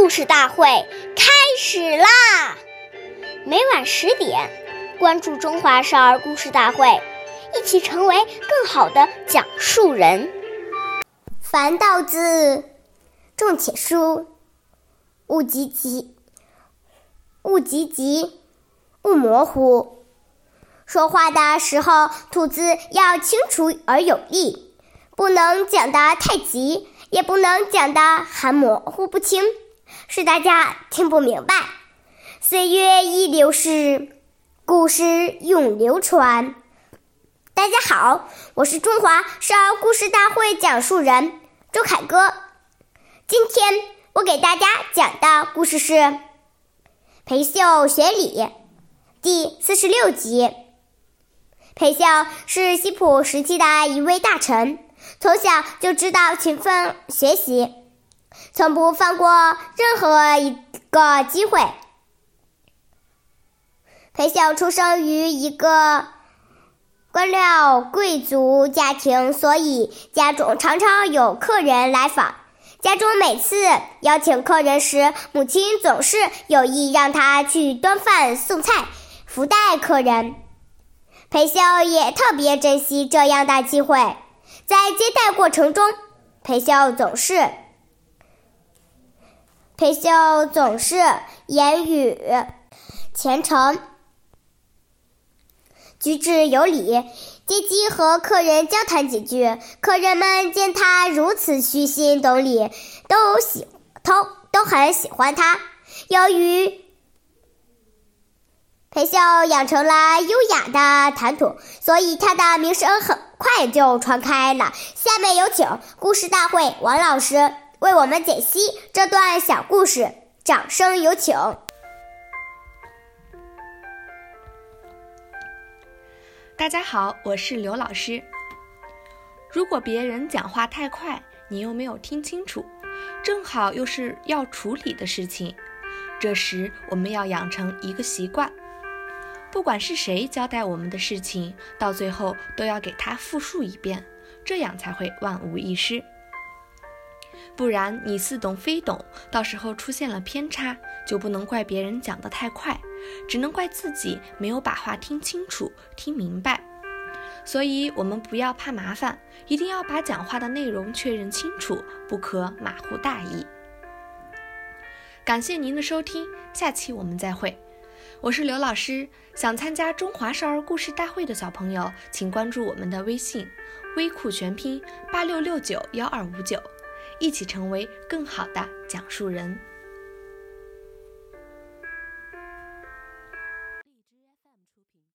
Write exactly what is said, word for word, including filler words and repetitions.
故事大会开始啦！每晚十点，关注中华少儿故事大会，一起成为更好的讲述人。 凡道字，重且疏，勿急急，勿急急，勿模糊。说话的时候，吐字要清楚而有力，不能讲得太急，也不能讲得含模糊不清，使大家听不明白。岁月易流逝，故事永流传。大家好，我是中华少儿故事大会讲述人周凯歌。今天我给大家讲的故事是《裴秀学礼》第四十六集。裴秀是西普时期的一位大臣，从小就知道勤奋学习，从不放过任何一个机会。裴秀出生于一个官僚贵族家庭，所以家中常常有客人来访。家中每次邀请客人时，母亲总是有意让他去端饭送菜，福待客人。裴秀也特别珍惜这样的机会，在接待过程中，裴秀总是裴秀总是言语虔诚，举止有礼，借机和客人交谈几句。客人们见他如此虚心懂礼，都喜都都很喜欢他。由于裴秀养成了优雅的谈吐，所以他的名声很快就传开了。下面有请故事大会王老师为我们解析这段小故事，掌声有请。 大家好，我是刘老师。如果别人讲话太快，你又没有听清楚，正好又是要处理的事情，这时我们要养成一个习惯，不管是谁交代我们的事情，到最后都要给他复述一遍，这样才会万无一失。不然你似懂非懂，到时候出现了偏差，就不能怪别人讲得太快，只能怪自己没有把话听清楚听明白。所以我们不要怕麻烦，一定要把讲话的内容确认清楚，不可马虎大意。感谢您的收听，下期我们再会。我是刘老师，想参加中华少儿故事大会的小朋友，请关注我们的微信微库全拼八六六九幺二五九，一起成为更好的讲述人。